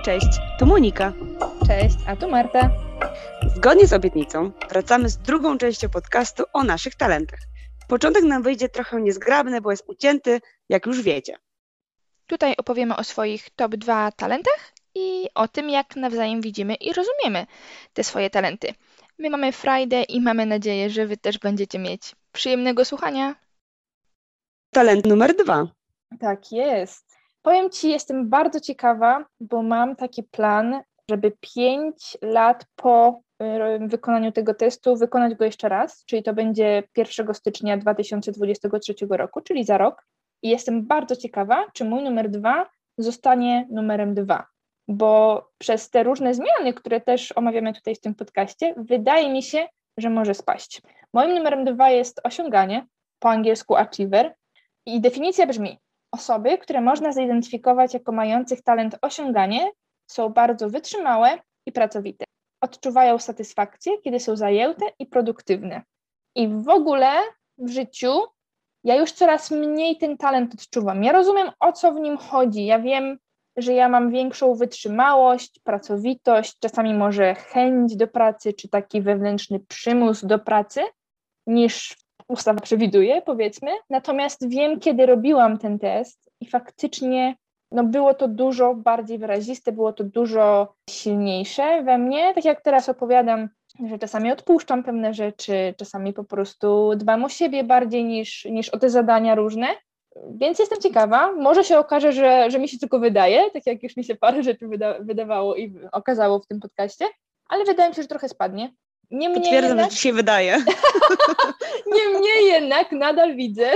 Cześć, tu Monika. Cześć, a tu Marta. Zgodnie z obietnicą wracamy z drugą częścią podcastu o naszych talentach. Początek nam wyjdzie trochę niezgrabny, bo jest ucięty, jak już wiecie. Tutaj opowiemy o swoich top 2 talentach i o tym, jak nawzajem widzimy i rozumiemy te swoje talenty. My mamy frajdę i mamy nadzieję, że wy też będziecie mieć przyjemnego słuchania. Talent numer 2. Tak jest. Powiem Ci, jestem bardzo ciekawa, bo mam taki plan, żeby 5 lat po wykonaniu tego testu wykonać go jeszcze raz, czyli to będzie 1 stycznia 2023 roku, czyli za rok. I jestem bardzo ciekawa, czy mój numer 2 zostanie numerem 2, bo przez te różne zmiany, które też omawiamy tutaj w tym podcaście, wydaje mi się, że może spaść. Moim numerem 2 jest osiąganie, po angielsku achiever, i definicja brzmi: osoby, które można zidentyfikować jako mających talent osiąganie, są bardzo wytrzymałe i pracowite. Odczuwają satysfakcję, kiedy są zajęte i produktywne. I w ogóle w życiu ja już coraz mniej ten talent odczuwam. Ja rozumiem, o co w nim chodzi. Ja wiem, że ja mam większą wytrzymałość, pracowitość, czasami może chęć do pracy, czy taki wewnętrzny przymus do pracy, niż ustawa przewiduje, powiedzmy. Natomiast wiem, kiedy robiłam ten test i faktycznie było to dużo bardziej wyraziste, było to dużo silniejsze we mnie. Tak jak teraz opowiadam, że czasami odpuszczam pewne rzeczy, czasami po prostu dbam o siebie bardziej niż o te zadania różne. Więc jestem ciekawa, może się okaże, że mi się tylko wydaje, tak jak już mi się parę rzeczy wydawało i okazało w tym podcaście, ale wydaje mi się, że trochę spadnie. Potwierdzam, że ci się wydaje. Niemniej jednak nadal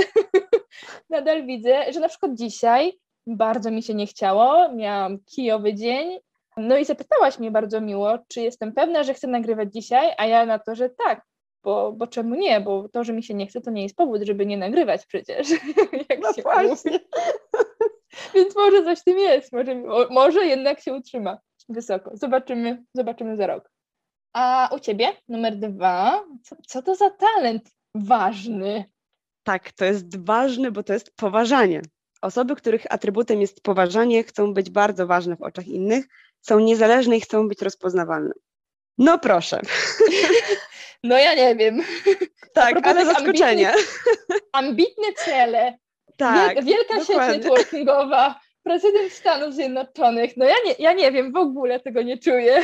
widzę, że na przykład dzisiaj bardzo mi się nie chciało, miałam kijowy dzień, no i zapytałaś mnie bardzo miło, czy jestem pewna, że chcę nagrywać dzisiaj, a ja na to, że tak, bo czemu nie, bo to, że mi się nie chce, to nie jest powód, żeby nie nagrywać przecież. Jak No się właśnie. mówi. Więc może coś w tym jest, może jednak się utrzyma wysoko. Zobaczymy za rok. A u Ciebie numer 2, co to za talent ważny? Tak, to jest ważne, bo to jest poważanie. Osoby, których atrybutem jest poważanie, chcą być bardzo ważne w oczach innych, są niezależne i chcą być rozpoznawalne. No proszę. No ja nie wiem. Tak, ale zaskoczenie. Ambitne cele. Tak, wielka sieć networkingowa. Prezydent Stanów Zjednoczonych. No ja nie wiem, w ogóle tego nie czuję.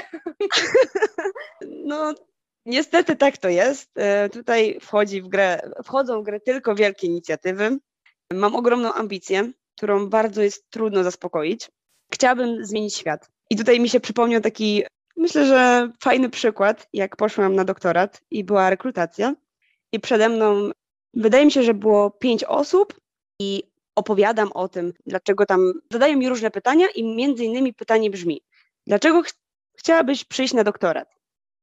No niestety tak to jest. Tutaj wchodzą w grę tylko wielkie inicjatywy. Mam ogromną ambicję, którą bardzo jest trudno zaspokoić. Chciałabym zmienić świat. I tutaj mi się przypomniał taki, myślę, że fajny przykład, jak poszłam na doktorat i była rekrutacja. I przede mną, wydaje mi się, że było 5 osób i opowiadam o tym, dlaczego tam zadają mi różne pytania i między innymi pytanie brzmi: dlaczego chciałabyś przyjść na doktorat?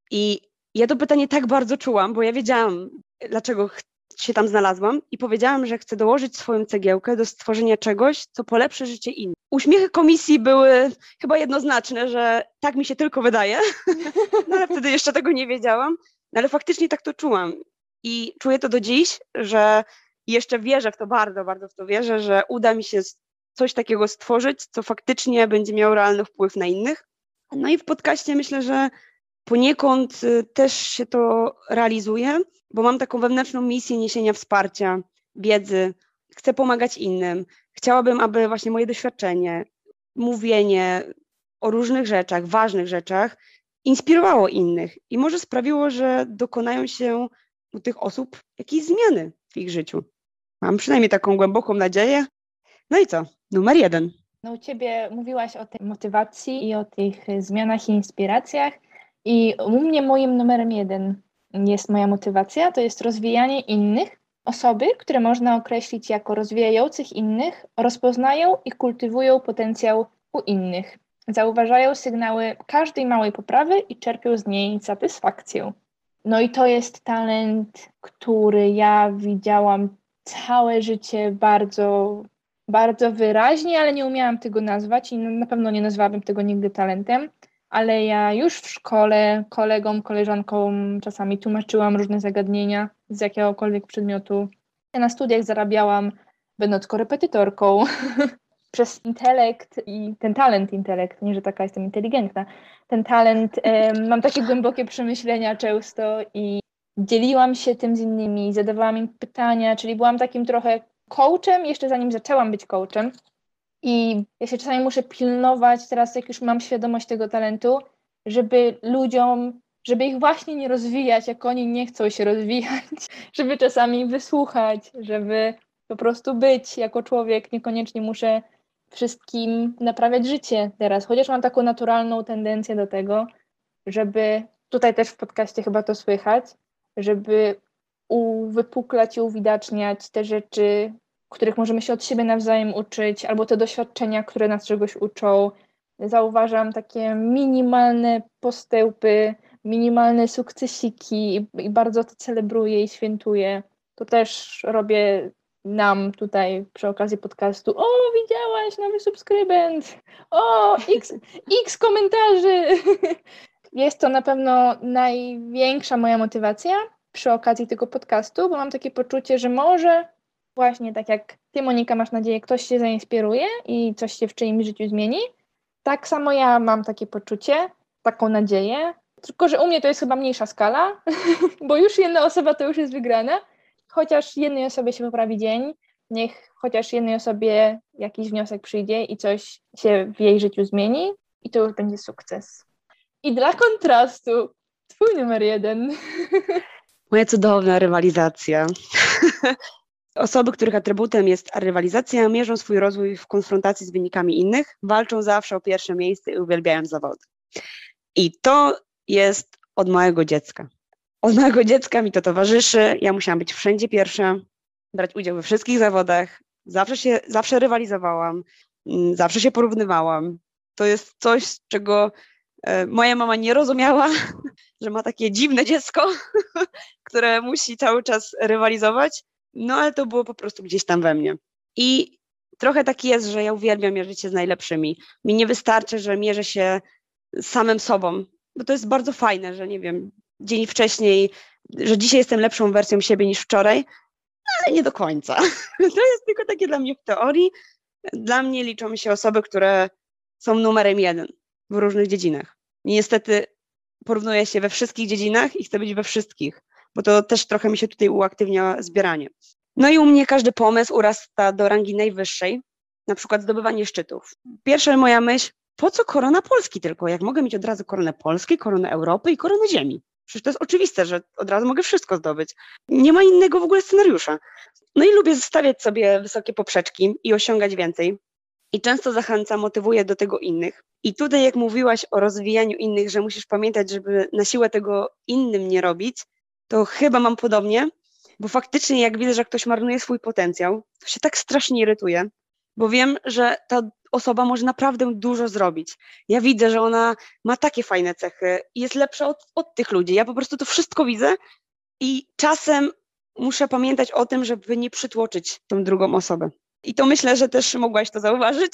I ja to pytanie tak bardzo czułam, bo ja wiedziałam, dlaczego się tam znalazłam i powiedziałam, że chcę dołożyć swoją cegiełkę do stworzenia czegoś, co polepszy życie innych. Uśmiechy komisji były chyba jednoznaczne, że tak mi się tylko wydaje, no ale wtedy jeszcze tego nie wiedziałam, no ale faktycznie tak to czułam i czuję to do dziś, że jeszcze wierzę w to, bardzo, bardzo w to wierzę, że uda mi się coś takiego stworzyć, co faktycznie będzie miało realny wpływ na innych. No i w podcaście myślę, że poniekąd też się to realizuje, bo mam taką wewnętrzną misję niesienia wsparcia, wiedzy, chcę pomagać innym. Chciałabym, aby właśnie moje doświadczenie, mówienie o różnych rzeczach, ważnych rzeczach inspirowało innych i może sprawiło, że dokonają się u tych osób jakieś zmiany w ich życiu. Mam przynajmniej taką głęboką nadzieję. No i co? Numer 1. No u Ciebie mówiłaś o tej motywacji i o tych zmianach i inspiracjach. I u mnie moim numerem 1 jest moja motywacja, to jest rozwijanie innych. Osoby, które można określić jako rozwijających innych, rozpoznają i kultywują potencjał u innych. Zauważają sygnały każdej małej poprawy i czerpią z niej satysfakcję. No i to jest talent, który ja widziałam całe życie bardzo, bardzo wyraźnie, ale nie umiałam tego nazwać i na pewno nie nazwałabym tego nigdy talentem. Ale ja już w szkole kolegom, koleżankom czasami tłumaczyłam różne zagadnienia z jakiegokolwiek przedmiotu. Ja na studiach zarabiałam, będąc korepetytorką. przez intelekt i ten talent, nie, że taka jestem inteligentna, ten talent, mam takie głębokie przemyślenia często i dzieliłam się tym z innymi, zadawałam im pytania, czyli byłam takim trochę coachem, jeszcze zanim zaczęłam być coachem. I ja się czasami muszę pilnować, teraz jak już mam świadomość tego talentu, żeby ludziom, żeby ich właśnie nie rozwijać, jak oni nie chcą się rozwijać, żeby czasami wysłuchać, żeby po prostu być jako człowiek, niekoniecznie muszę wszystkim naprawiać życie teraz, chociaż mam taką naturalną tendencję do tego, żeby, tutaj też w podcaście chyba to słychać, żeby uwypuklać i uwidaczniać te rzeczy, których możemy się od siebie nawzajem uczyć, albo te doświadczenia, które nas czegoś uczą. Zauważam takie minimalne postępy, minimalne sukcesiki i bardzo to celebruję i świętuję. To też robię nam tutaj przy okazji podcastu. O, widziałaś, nowy subskrybent! O, x komentarzy! Jest to na pewno największa moja motywacja przy okazji tego podcastu, bo mam takie poczucie, że może właśnie tak jak ty, Monika, masz nadzieję, ktoś się zainspiruje i coś się w czyimś życiu zmieni. Tak samo ja mam takie poczucie, taką nadzieję, tylko że u mnie to jest chyba mniejsza skala, bo już jedna osoba to już jest wygrana. Chociaż jednej osobie się poprawi dzień, niech chociaż jednej osobie jakiś wniosek przyjdzie i coś się w jej życiu zmieni i to już będzie sukces. I dla kontrastu, twój numer 1. Moja cudowna rywalizacja. Osoby, których atrybutem jest rywalizacja, mierzą swój rozwój w konfrontacji z wynikami innych, walczą zawsze o pierwsze miejsce i uwielbiają zawody. I to jest od małego dziecka. Od małego dziecka mi to towarzyszy, ja musiałam być wszędzie pierwsza, brać udział we wszystkich zawodach, zawsze rywalizowałam, zawsze się porównywałam. To jest coś, z czego moja mama nie rozumiała, że ma takie dziwne dziecko, które musi cały czas rywalizować, no ale to było po prostu gdzieś tam we mnie. I trochę tak jest, że ja uwielbiam mierzyć się z najlepszymi. Mi nie wystarczy, że mierzę się z samym sobą, bo to jest bardzo fajne, że nie wiem, dzień wcześniej, że dzisiaj jestem lepszą wersją siebie niż wczoraj, ale nie do końca. To jest tylko takie dla mnie w teorii. Dla mnie liczą się osoby, które są numerem 1 w różnych dziedzinach. I niestety porównuję się we wszystkich dziedzinach i chcę być we wszystkich, bo to też trochę mi się tutaj uaktywnia zbieranie. No i u mnie każdy pomysł urasta do rangi najwyższej, na przykład zdobywanie szczytów. Pierwsza moja myśl, po co korona Polski tylko, jak mogę mieć od razu koronę Polski, koronę Europy i koronę Ziemi? Przecież to jest oczywiste, że od razu mogę wszystko zdobyć. Nie ma innego w ogóle scenariusza. No i lubię stawiać sobie wysokie poprzeczki i osiągać więcej. I często zachęcam, motywuję do tego innych. I tutaj jak mówiłaś o rozwijaniu innych, że musisz pamiętać, żeby na siłę tego innym nie robić, to chyba mam podobnie, bo faktycznie jak widzę, że ktoś marnuje swój potencjał, to się tak strasznie irytuję, bo wiem, że ta osoba może naprawdę dużo zrobić. Ja widzę, że ona ma takie fajne cechy i jest lepsza od tych ludzi. Ja po prostu to wszystko widzę i czasem muszę pamiętać o tym, żeby nie przytłoczyć tą drugą osobę. I to myślę, że też mogłaś to zauważyć.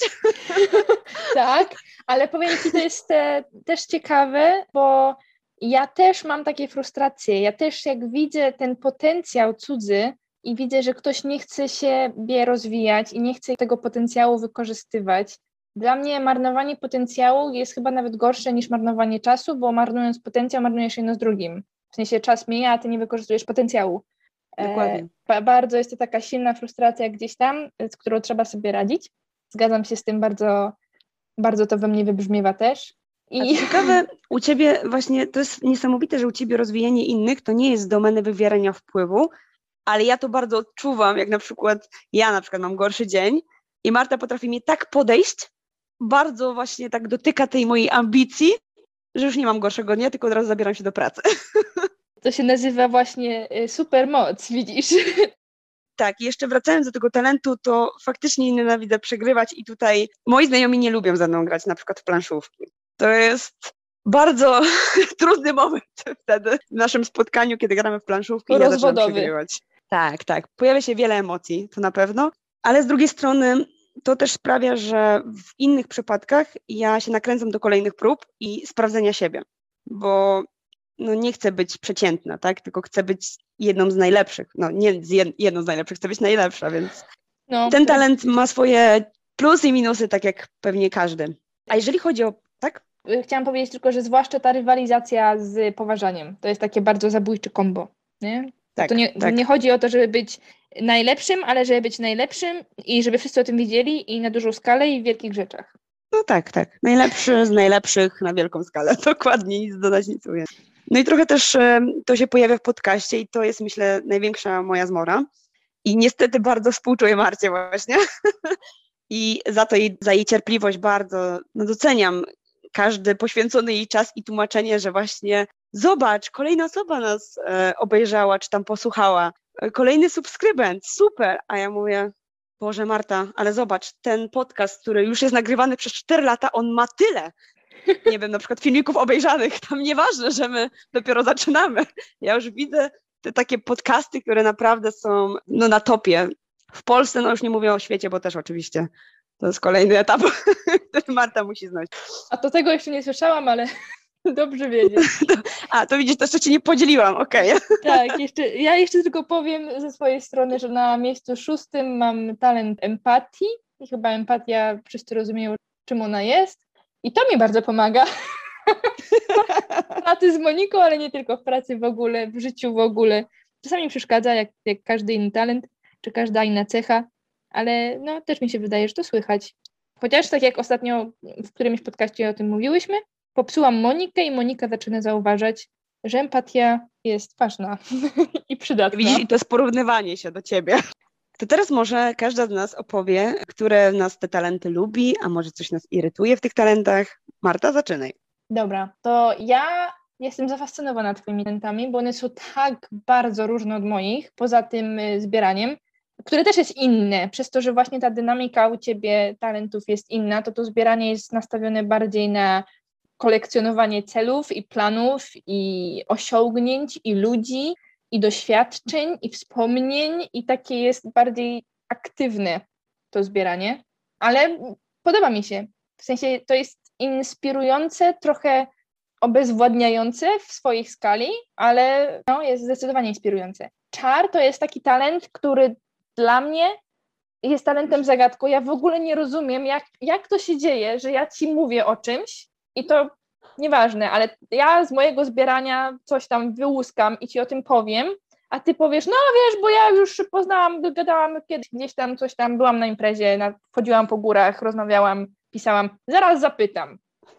Tak, ale powiem ci, to jest też ciekawe, bo ja też mam takie frustracje. Ja też jak widzę ten potencjał cudzy i widzę, że ktoś nie chce siebie rozwijać i nie chce tego potencjału wykorzystywać. Dla mnie marnowanie potencjału jest chyba nawet gorsze niż marnowanie czasu, bo marnując potencjał, marnujesz jedno z drugim. W sensie czas mija, a ty nie wykorzystujesz potencjału. Dokładnie. Bardzo jest to taka silna frustracja gdzieś tam, z którą trzeba sobie radzić. Zgadzam się z tym, bardzo, bardzo to we mnie wybrzmiewa też. I ciekawe, u ciebie właśnie, to jest niesamowite, że u ciebie rozwijanie innych to nie jest z domeny wywierania wpływu, ale ja to bardzo odczuwam, jak na przykład mam gorszy dzień i Marta potrafi mnie tak podejść, bardzo właśnie tak dotyka tej mojej ambicji, że już nie mam gorszego dnia, tylko od razu zabieram się do pracy. To się nazywa właśnie supermoc, widzisz? Tak, jeszcze wracając do tego talentu, to faktycznie nienawidzę przegrywać i tutaj moi znajomi nie lubią ze mną grać na przykład w planszówki. To jest bardzo trudny moment wtedy w naszym spotkaniu, kiedy gramy w planszówki i ja zaczynam przegrywać. Tak. Pojawia się wiele emocji, to na pewno, ale z drugiej strony to też sprawia, że w innych przypadkach ja się nakręcam do kolejnych prób i sprawdzenia siebie, bo nie chcę być przeciętna, tak? Tylko chcę być jedną z najlepszych. Nie jedną z najlepszych, chcę być najlepsza, więc ten talent ma swoje Plusy i minusy, tak jak pewnie każdy. A jeżeli chodzi o... Tak? Chciałam powiedzieć tylko, że zwłaszcza ta rywalizacja z poważaniem, to jest takie bardzo zabójcze kombo, nie? Tak, To nie chodzi o to, żeby być najlepszym, ale żeby być najlepszym i żeby wszyscy o tym wiedzieli i na dużą skalę i w wielkich rzeczach. No tak. Najlepszy z najlepszych na wielką skalę. Dokładnie, nic dodać, nic ująć. No i trochę też to się pojawia w podcaście i to jest, myślę, największa moja zmora. I niestety bardzo współczuję Marcie właśnie. I za jej cierpliwość bardzo doceniam każdy poświęcony jej czas i tłumaczenie, że właśnie zobacz, kolejna osoba nas obejrzała, czy tam posłuchała. Kolejny subskrybent, super. A ja mówię, Boże Marta, ale zobacz, ten podcast, który już jest nagrywany przez 4 lata, on ma tyle, nie wiem, na przykład filmików obejrzanych, tam nieważne, że my dopiero zaczynamy. Ja już widzę te takie podcasty, które naprawdę są na topie. W Polsce, już nie mówię o świecie, bo też oczywiście to jest kolejny etap, który Marta musi znać. A to tego jeszcze nie słyszałam, ale dobrze wiedzieć. To widzisz, to jeszcze ci nie podzieliłam, okej. Tak, ja jeszcze tylko powiem ze swojej strony, że na miejscu 6 mam talent empatii i chyba empatia wszyscy rozumieją, czym ona jest i to mi bardzo pomaga. W pracy z Moniką, ale nie tylko w pracy w ogóle, w życiu w ogóle. Czasami przeszkadza, jak każdy inny talent, czy każda inna cecha, ale też mi się wydaje, że to słychać. Chociaż tak jak ostatnio w którymś podcaście o tym mówiłyśmy, popsułam Monikę i Monika zaczyna zauważać, że empatia jest ważna i przydatna. Widzisz, i to jest porównywanie się do ciebie. To teraz może każda z nas opowie, które nas te talenty lubi, a może coś nas irytuje w tych talentach. Marta, zaczynaj. Dobra, to ja jestem zafascynowana twoimi talentami, bo one są tak bardzo różne od moich, poza tym zbieraniem, które też jest inne, przez to, że właśnie ta dynamika u ciebie talentów jest inna, to zbieranie jest nastawione bardziej na kolekcjonowanie celów i planów i osiągnięć i ludzi i doświadczeń i wspomnień i takie jest bardziej aktywne to zbieranie, ale podoba mi się, w sensie to jest inspirujące, trochę obezwładniające w swojej skali, ale jest zdecydowanie inspirujące. Czar to jest taki talent, który dla mnie jest talentem zagadką. Ja w ogóle nie rozumiem, jak to się dzieje, że ja ci mówię o czymś i to nieważne, ale ja z mojego zbierania coś tam wyłuskam i ci o tym powiem, a ty powiesz, wiesz, bo ja już poznałam, gadałam kiedyś gdzieś tam, coś tam, byłam na imprezie, chodziłam po górach, rozmawiałam, pisałam, zaraz zapytam.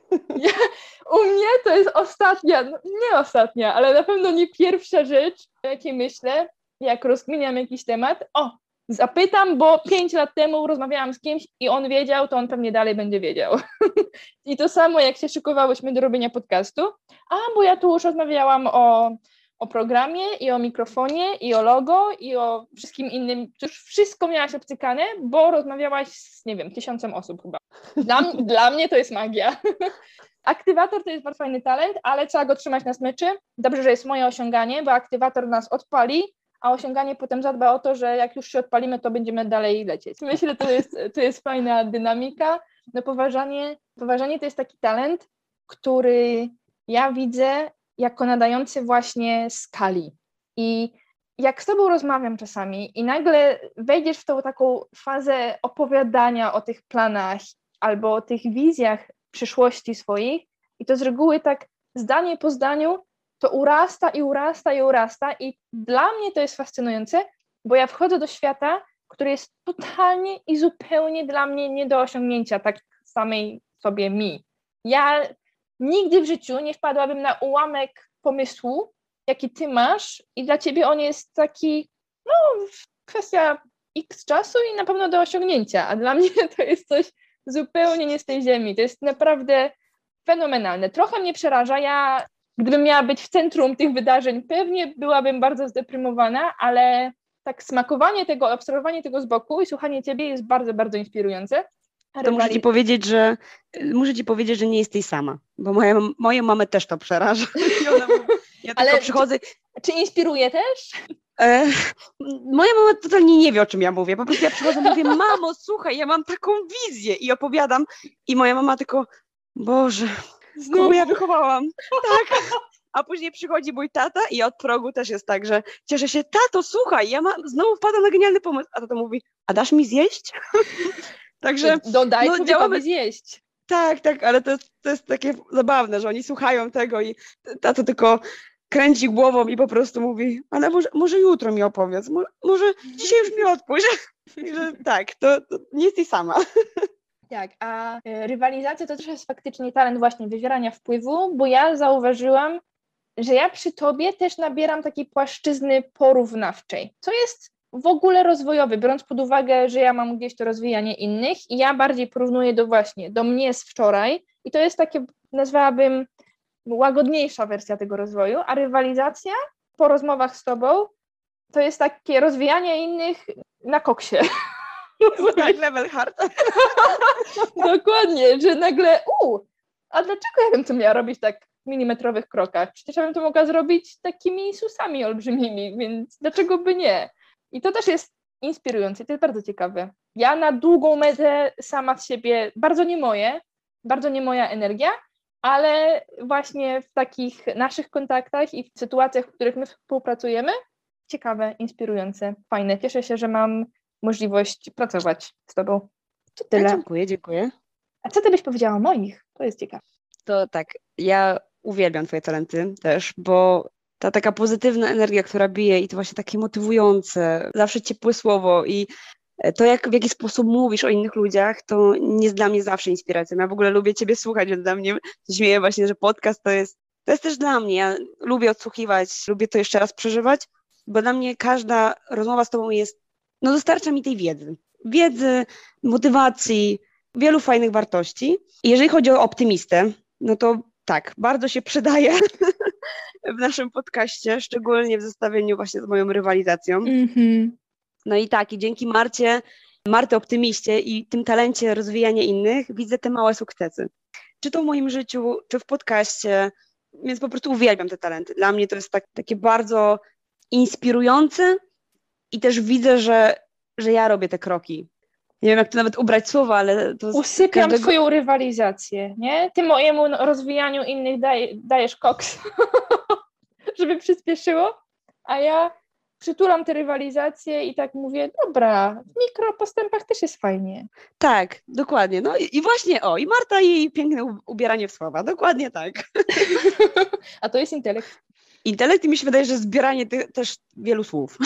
U mnie to jest nie ostatnia, ale na pewno nie pierwsza rzecz, o jakiej myślę, jak rozkminiam jakiś temat. Zapytam, bo 5 lat temu rozmawiałam z kimś i on wiedział, to on pewnie dalej będzie wiedział. I to samo, jak się szykowałyśmy do robienia podcastu, bo ja tu już rozmawiałam o programie i o mikrofonie i o logo i o wszystkim innym. Już wszystko miałaś obcykane, bo rozmawiałaś z, 1000 osób chyba. Dla mnie to jest magia. Aktywator to jest bardzo fajny talent, ale trzeba go trzymać na smyczy. Dobrze, że jest moje osiąganie, bo aktywator nas odpali, a osiąganie potem zadba o to, że jak już się odpalimy, to będziemy dalej lecieć. Myślę, to jest fajna dynamika. Poważanie to jest taki talent, który ja widzę jako nadający właśnie skali. I jak z tobą rozmawiam czasami i nagle wejdziesz w tą taką fazę opowiadania o tych planach albo o tych wizjach przyszłości swoich i to z reguły tak zdanie po zdaniu to urasta i urasta i urasta i dla mnie to jest fascynujące, bo ja wchodzę do świata, który jest totalnie i zupełnie dla mnie nie do osiągnięcia tak samej sobie mi. Ja nigdy w życiu nie wpadłabym na ułamek pomysłu, jaki ty masz i dla ciebie on jest taki, kwestia x czasu i na pewno do osiągnięcia, a dla mnie to jest coś zupełnie nie z tej ziemi. To jest naprawdę fenomenalne. Trochę mnie przeraża. Ja, gdybym miała być w centrum tych wydarzeń, pewnie byłabym bardzo zdeprymowana, ale tak smakowanie tego, obserwowanie tego z boku i słuchanie ciebie jest bardzo, bardzo inspirujące. To muszę ci powiedzieć, że nie jesteś sama, bo moją mamę też to przeraża. Ale tylko przychodzę... Czy inspiruje też? Moja mama totalnie nie wie, o czym ja mówię. Po prostu ja przychodzę i mówię, mamo, słuchaj, ja mam taką wizję i opowiadam i moja mama tylko, Boże, kogo ja wychowałam? Tak. A później przychodzi mój tata i od progu też jest tak, że cieszę się, tato, słuchaj, znowu wpadam na genialny pomysł. A tata mówi, a dasz mi zjeść? Także Dodaj no, człowiekowi działamy... zjeść. Tak, ale to jest takie zabawne, że oni słuchają tego i tato tylko kręci głową i po prostu mówi, ale może jutro mi opowiedz, może dzisiaj już mi odpuść. Także tak, to nie jesteś sama. Tak, a rywalizacja to też jest faktycznie talent właśnie wywierania wpływu, bo ja zauważyłam, że ja przy tobie też nabieram takiej płaszczyzny porównawczej, co jest w ogóle rozwojowy, biorąc pod uwagę, że ja mam gdzieś to rozwijanie innych i ja bardziej porównuję do mnie z wczoraj i to jest takie, nazwałabym, łagodniejsza wersja tego rozwoju, a rywalizacja po rozmowach z tobą to jest takie rozwijanie innych na koksie. Tak, level hard. Dokładnie, że nagle a dlaczego ja bym to miała robić tak w milimetrowych krokach? Przecież ja bym to mogła zrobić takimi susami olbrzymimi, więc dlaczego by nie? I to też jest inspirujące, to jest bardzo ciekawe. Ja na długą metę sama z siebie, bardzo nie moja energia, ale właśnie w takich naszych kontaktach i w sytuacjach, w których my współpracujemy, ciekawe, inspirujące, fajne. Cieszę się, że mam możliwość pracować z tobą. To tyle. Dziękuję. A co ty byś powiedziała o moich? To jest ciekawe. To tak, ja uwielbiam twoje talenty też, bo ta taka pozytywna energia, która bije i to właśnie takie motywujące, zawsze ciepłe słowo i to, w jaki sposób mówisz o innych ludziach, to jest dla mnie zawsze inspiracją. Ja w ogóle lubię ciebie słuchać, więc dla mnie śmieję właśnie, że podcast to jest też dla mnie. Ja lubię odsłuchiwać, lubię to jeszcze raz przeżywać, bo dla mnie każda rozmowa z tobą dostarcza mi tej wiedzy, motywacji, wielu fajnych wartości. I jeżeli chodzi o optymistę, no to tak, bardzo się przydaje w naszym podcaście, szczególnie w zestawieniu właśnie z moją rywalizacją. No i tak, i dzięki Marty optymiście i tym talencie rozwijania innych widzę te małe sukcesy. Czy to w moim życiu, czy w podcaście, więc po prostu uwielbiam te talenty. Dla mnie to jest takie bardzo inspirujące i też widzę, że ja robię te kroki. Nie wiem, jak to nawet ubrać słowa, ale to... Usypiam twoją rywalizację, nie? Ty mojemu rozwijaniu innych dajesz koks, żeby przyspieszyło, a ja przytulam tę rywalizację i tak mówię, dobra, w mikropostępach też jest fajnie. Tak, dokładnie. No i właśnie, i Marta i jej piękne ubieranie w słowa, dokładnie tak. A to jest intelekt. Intelekt i mi się wydaje, że zbieranie też wielu słów.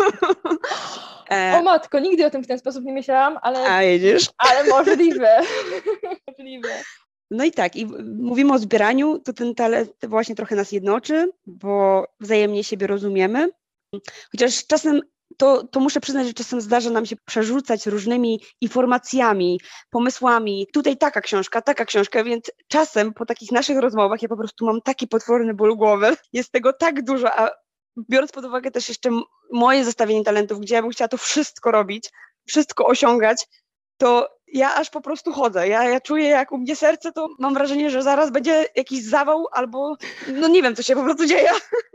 O matko, nigdy o tym w ten sposób nie myślałam, ale... A jedziesz? Ale możliwe. No i tak, i mówimy o zbieraniu, to ten talent właśnie trochę nas jednoczy, bo wzajemnie siebie rozumiemy. Chociaż czasem, to muszę przyznać, że czasem zdarza nam się przerzucać różnymi informacjami, pomysłami. Tutaj taka książka, więc czasem po takich naszych rozmowach ja po prostu mam taki potworny ból głowy. Jest tego tak dużo, a biorąc pod uwagę też jeszcze moje zestawienie talentów, gdzie ja bym chciała to wszystko robić, wszystko osiągać, to ja aż po prostu chodzę. Ja czuję, jak u mnie serce, to mam wrażenie, że zaraz będzie jakiś zawał albo, nie wiem, co się po prostu dzieje.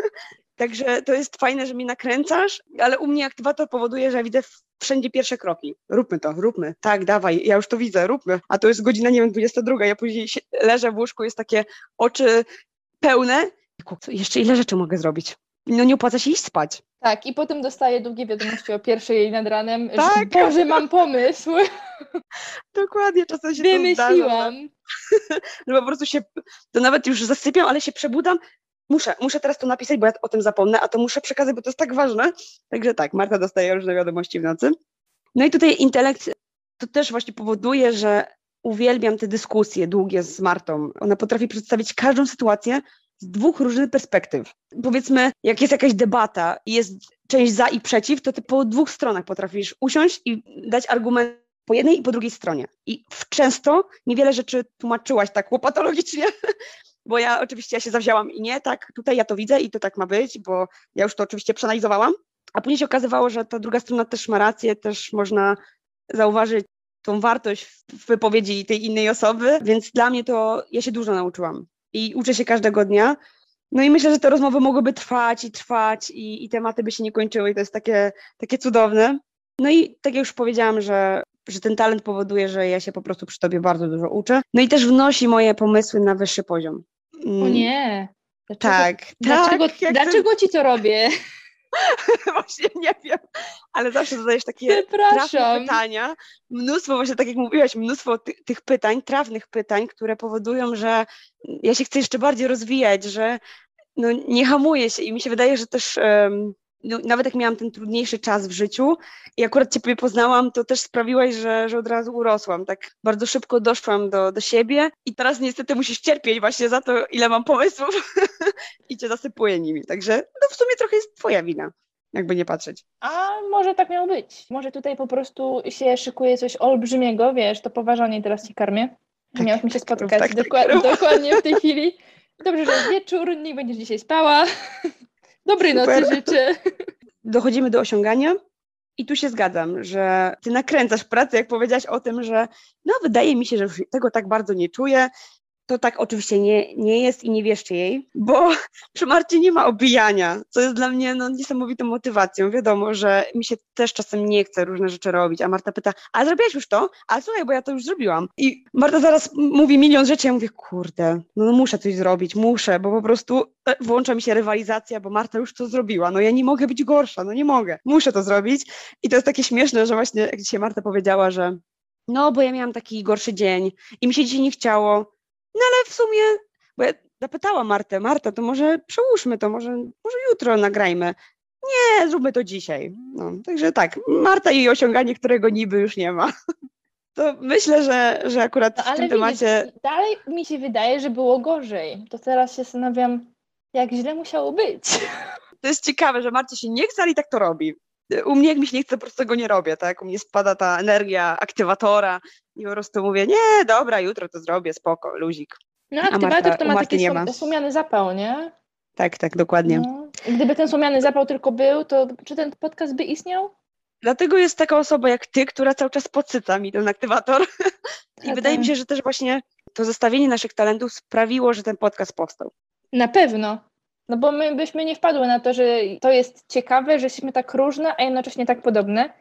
Także to jest fajne, że mnie nakręcasz, ale u mnie aktywator powoduje, że ja widzę wszędzie pierwsze kroki. Róbmy. Tak, dawaj, ja już to widzę, róbmy. A to jest godzina, nie wiem, 22, ja później leżę w łóżku, jest takie oczy pełne. Jeszcze ile rzeczy mogę zrobić? Nie opłaca się iść spać. Tak, i potem dostaję długie wiadomości o 1:00 nad ranem, tak. Że Boże, mam pomysł. Dokładnie, czasem się wymyśliłam. To zdarza, że po prostu to nawet już zasypiam, ale się przebudam. Muszę teraz to napisać, bo ja o tym zapomnę, a to muszę przekazać, bo to jest tak ważne. Także tak, Marta dostaje różne wiadomości w nocy. No i tutaj intelekt to też właśnie powoduje, że uwielbiam te dyskusje długie z Martą. Ona potrafi przedstawić każdą sytuację z dwóch różnych perspektyw. Powiedzmy, jak jest jakaś debata i jest część za i przeciw, to ty po dwóch stronach potrafisz usiąść i dać argument po jednej i po drugiej stronie. I często niewiele rzeczy tłumaczyłaś tak łopatologicznie, bo ja się zawzięłam i nie, tak, tutaj ja to widzę i to tak ma być, bo ja już to oczywiście przeanalizowałam, a później się okazywało, że ta druga strona też ma rację, też można zauważyć tą wartość w wypowiedzi tej innej osoby, więc dla mnie to, ja się dużo nauczyłam i uczę się każdego dnia. No i myślę, że te rozmowy mogłyby trwać i tematy by się nie kończyły i to jest takie cudowne. No i tak jak już powiedziałam, że ten talent powoduje, że ja się po prostu przy tobie bardzo dużo uczę. No i też wnosi moje pomysły na wyższy poziom. O nie. Dlaczego ci to robię? Właśnie nie wiem, ale zawsze zadajesz takie trafne pytania. Mnóstwo, właśnie tak jak mówiłaś, mnóstwo tych pytań, trafnych pytań, które powodują, że ja się chcę jeszcze bardziej rozwijać, że no, nie hamuję się i mi się wydaje, że też no, nawet jak miałam ten trudniejszy czas w życiu i akurat Ciebie poznałam, to też sprawiłaś, że od razu urosłam. Tak bardzo szybko doszłam do siebie i teraz niestety musisz cierpieć właśnie za to, ile mam pomysłów i Cię zasypuję nimi. Także no, w sumie trochę jest Twoja wina, jakby nie patrzeć. A może tak miało być. Może tutaj po prostu się szykuje coś olbrzymiego, wiesz, to poważanie teraz Cię karmię. Tak, miałaś mi się spotkać dokładnie w tej chwili. Dobrze, że jest wieczór, nie będziesz dzisiaj spała. Dobrej nocy życzę. Dochodzimy do osiągania i tu się zgadzam, że Ty nakręcasz pracę, jak powiedziałaś o tym, że no wydaje mi się, że już tego tak bardzo nie czuję. To tak oczywiście nie jest i nie wierzcie jej, bo przy Marcie nie ma obijania, co jest dla mnie no, niesamowitą motywacją. Wiadomo, że mi się też czasem nie chce różne rzeczy robić, a Marta pyta, a zrobiłaś już to? A słuchaj, bo ja to już zrobiłam. I Marta zaraz mówi milion rzeczy, ja mówię, kurde, no muszę coś zrobić, bo po prostu włącza mi się rywalizacja, bo Marta już to zrobiła, no ja nie mogę być gorsza, no nie mogę, muszę to zrobić. I to jest takie śmieszne, że właśnie jak dzisiaj Marta powiedziała, że no bo ja miałam taki gorszy dzień i mi się dzisiaj nie chciało. No ale w sumie, bo ja zapytałam Marta, to może przełóżmy to, może jutro nagrajmy. Nie, zróbmy to dzisiaj. No, także tak, Marta i jej osiąganie, którego niby już nie ma. To myślę, że akurat w tym temacie... Dalej mi się wydaje, że było gorzej. To teraz się zastanawiam, jak źle musiało być. To jest ciekawe, że Marcie się nie chce, ale i tak to robi. U mnie jak mi się nie chce, po prostu tego nie robię, tak? U mnie spada ta energia aktywatora i po prostu mówię, nie, dobra, jutro to zrobię, spoko, luzik. No aktywator to ma taki słomiany zapał, nie? Tak, dokładnie. No. Gdyby ten słomiany zapał tylko był, to czy ten podcast by istniał? Dlatego jest taka osoba jak Ty, która cały czas podsyca mi ten aktywator. I wydaje mi się, że też właśnie to zestawienie naszych talentów sprawiło, że ten podcast powstał. Na pewno. No bo my byśmy nie wpadły na to, że to jest ciekawe, że jesteśmy tak różne, a jednocześnie tak podobne.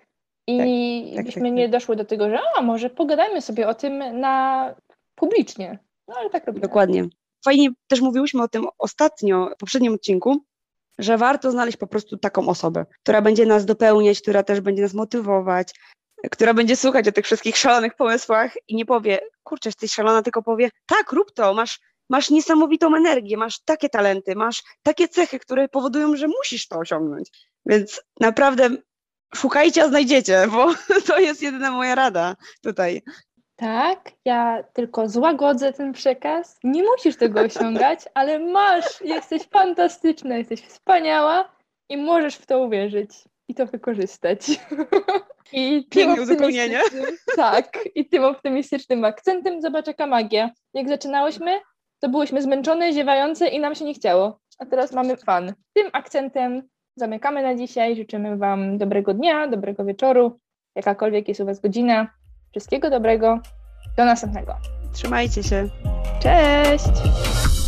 I byśmy nie doszły do tego, że może pogadajmy sobie o tym publicznie. No ale tak robimy. Dokładnie. Fajnie też mówiłyśmy o tym ostatnio, w poprzednim odcinku, że warto znaleźć po prostu taką osobę, która będzie nas dopełniać, która też będzie nas motywować, która będzie słuchać o tych wszystkich szalonych pomysłach i nie powie, kurczę, jesteś szalona, tylko powie, tak, rób to, masz niesamowitą energię, masz takie talenty, masz takie cechy, które powodują, że musisz to osiągnąć. Więc naprawdę szukajcie, a znajdziecie, bo to jest jedyna moja rada tutaj. Tak, ja tylko złagodzę ten przekaz. Nie musisz tego osiągać, ale jesteś fantastyczna, jesteś wspaniała i możesz w to uwierzyć i to wykorzystać. I piękne uzupełnienie. Tak, i tym optymistycznym akcentem zobacz jaka magia. Jak zaczynałyśmy, to byłyśmy zmęczone, ziewające i nam się nie chciało, a teraz mamy fan. Tym akcentem zamykamy na dzisiaj. Życzymy Wam dobrego dnia, dobrego wieczoru, jakakolwiek jest u Was godzina. Wszystkiego dobrego. Do następnego. Trzymajcie się. Cześć!